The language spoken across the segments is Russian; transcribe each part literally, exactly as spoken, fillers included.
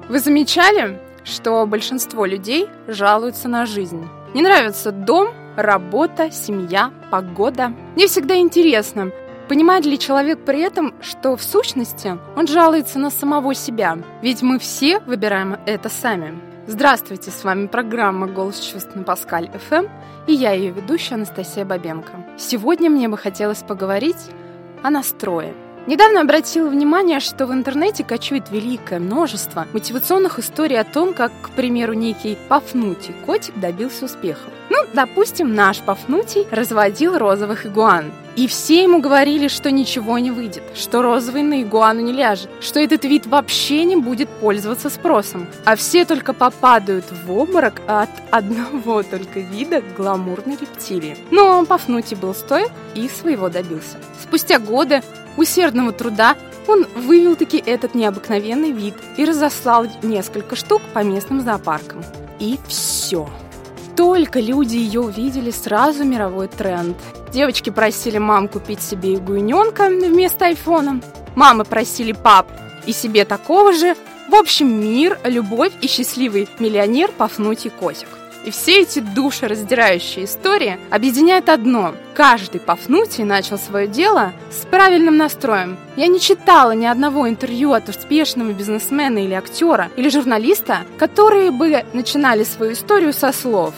Вы замечали, что большинство людей жалуются на жизнь? Не нравится дом, работа, семья, погода. Мне всегда интересно, понимает ли человек при этом, что в сущности он жалуется на самого себя? Ведь мы все выбираем это сами. Здравствуйте, с вами программа «Голос чувств» на Паскаль эф эм, и я ее ведущая Анастасия Бабенко. Сегодня мне бы хотелось поговорить о настрое. Недавно обратила внимание, что в интернете кочует великое множество мотивационных историй о том, как, к примеру, некий Пафнутий котик добился успеха. Ну, допустим, наш Пафнутий разводил розовых игуан. И все ему говорили, что ничего не выйдет, что розовый на игуану не ляжет, что этот вид вообще не будет пользоваться спросом. А все только попадают в обморок от одного только вида гламурной рептилии. Но Пафнутий был стоек и своего добился. Спустя годы усердного труда он вывел таки этот необыкновенный вид и разослал несколько штук по местным зоопаркам. И все. Только люди ее увидели, сразу мировой тренд. Девочки просили мам купить себе игуененка вместо айфона. Мамы просили пап и себе такого же. В общем, мир, любовь и счастливый миллионер Пафнутий котик. И все эти душераздирающие истории объединяет одно. Каждый Пафнутий начал свое дело с правильным настроем. Я не читала ни одного интервью от успешного бизнесмена или актера, или журналиста, которые бы начинали свою историю со слов: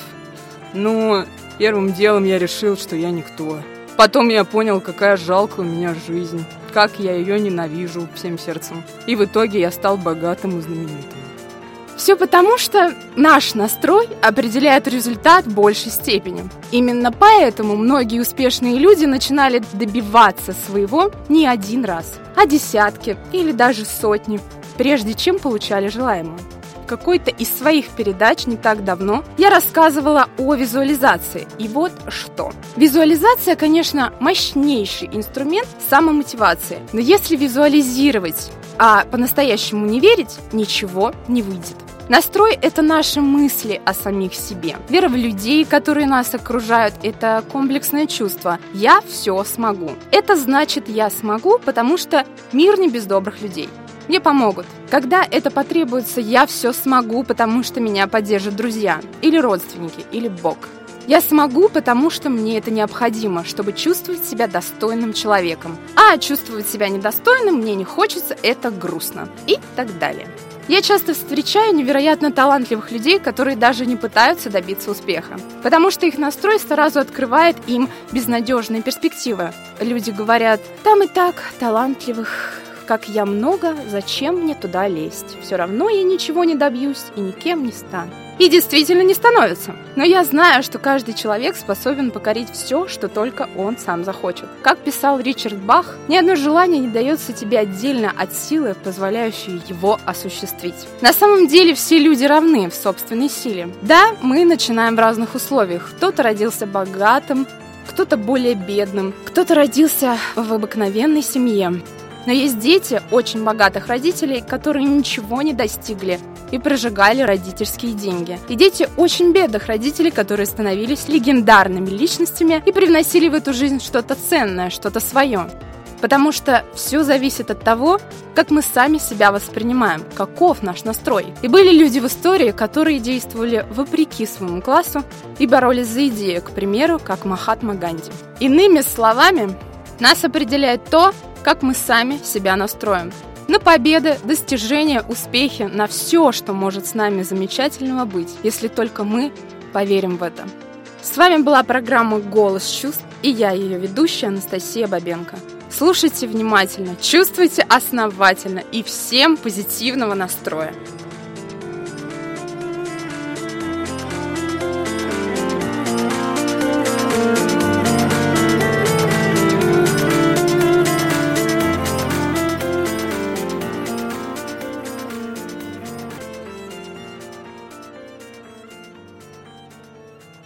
«Ну, первым делом я решил, что я никто. Потом я понял, какая жалкая у меня жизнь, как я ее ненавижу всем сердцем. И в итоге я стал богатым и знаменитым». Все потому, что наш настрой определяет результат в большей степени. Именно поэтому многие успешные люди начинали добиваться своего не один раз, а десятки или даже сотни, прежде чем получали желаемое. В какой-то из своих передач не так давно я рассказывала о визуализации. И вот что. Визуализация, конечно, мощнейший инструмент самомотивации. Но если визуализировать, а по-настоящему не верить, ничего не выйдет. Настрой – это наши мысли о самих себе. Вера в людей, которые нас окружают – это комплексное чувство. Я все смогу. Это значит, я смогу, потому что мир не без добрых людей. Мне помогут. Когда это потребуется, я все смогу, потому что меня поддержат друзья, или родственники, или Бог. Я смогу, потому что мне это необходимо, чтобы чувствовать себя достойным человеком. А чувствовать себя недостойным мне не хочется, это грустно. И так далее. Я часто встречаю невероятно талантливых людей, которые даже не пытаются добиться успеха, потому что их настрой сразу открывает им безнадежные перспективы. Люди говорят: там и так талантливых, как я, много, зачем мне туда лезть? Все равно я ничего не добьюсь и никем не стану. И действительно не становится. Но я знаю, что каждый человек способен покорить все, что только он сам захочет. Как писал Ричард Бах, ни одно желание не дается тебе отдельно от силы, позволяющей его осуществить. На самом деле все люди равны в собственной силе. Да, мы начинаем в разных условиях. Кто-то родился богатым, кто-то более бедным, кто-то родился в обыкновенной семье. Но есть дети очень богатых родителей, которые ничего не достигли и прожигали родительские деньги. И дети очень бедных родителей, которые становились легендарными личностями и привносили в эту жизнь что-то ценное, что-то свое. Потому что все зависит от того, как мы сами себя воспринимаем, каков наш настрой. И были люди в истории, которые действовали вопреки своему классу и боролись за идею, к примеру, как Махатма Ганди. Иными словами, нас определяет то, как мы сами себя настроим. На победы, достижения, успехи, на все, что может с нами замечательного быть, если только мы поверим в это. С вами была программа «Голос чувств», и я, ее ведущая, Анастасия Бабенко. Слушайте внимательно, чувствуйте основательно и всем позитивного настроя.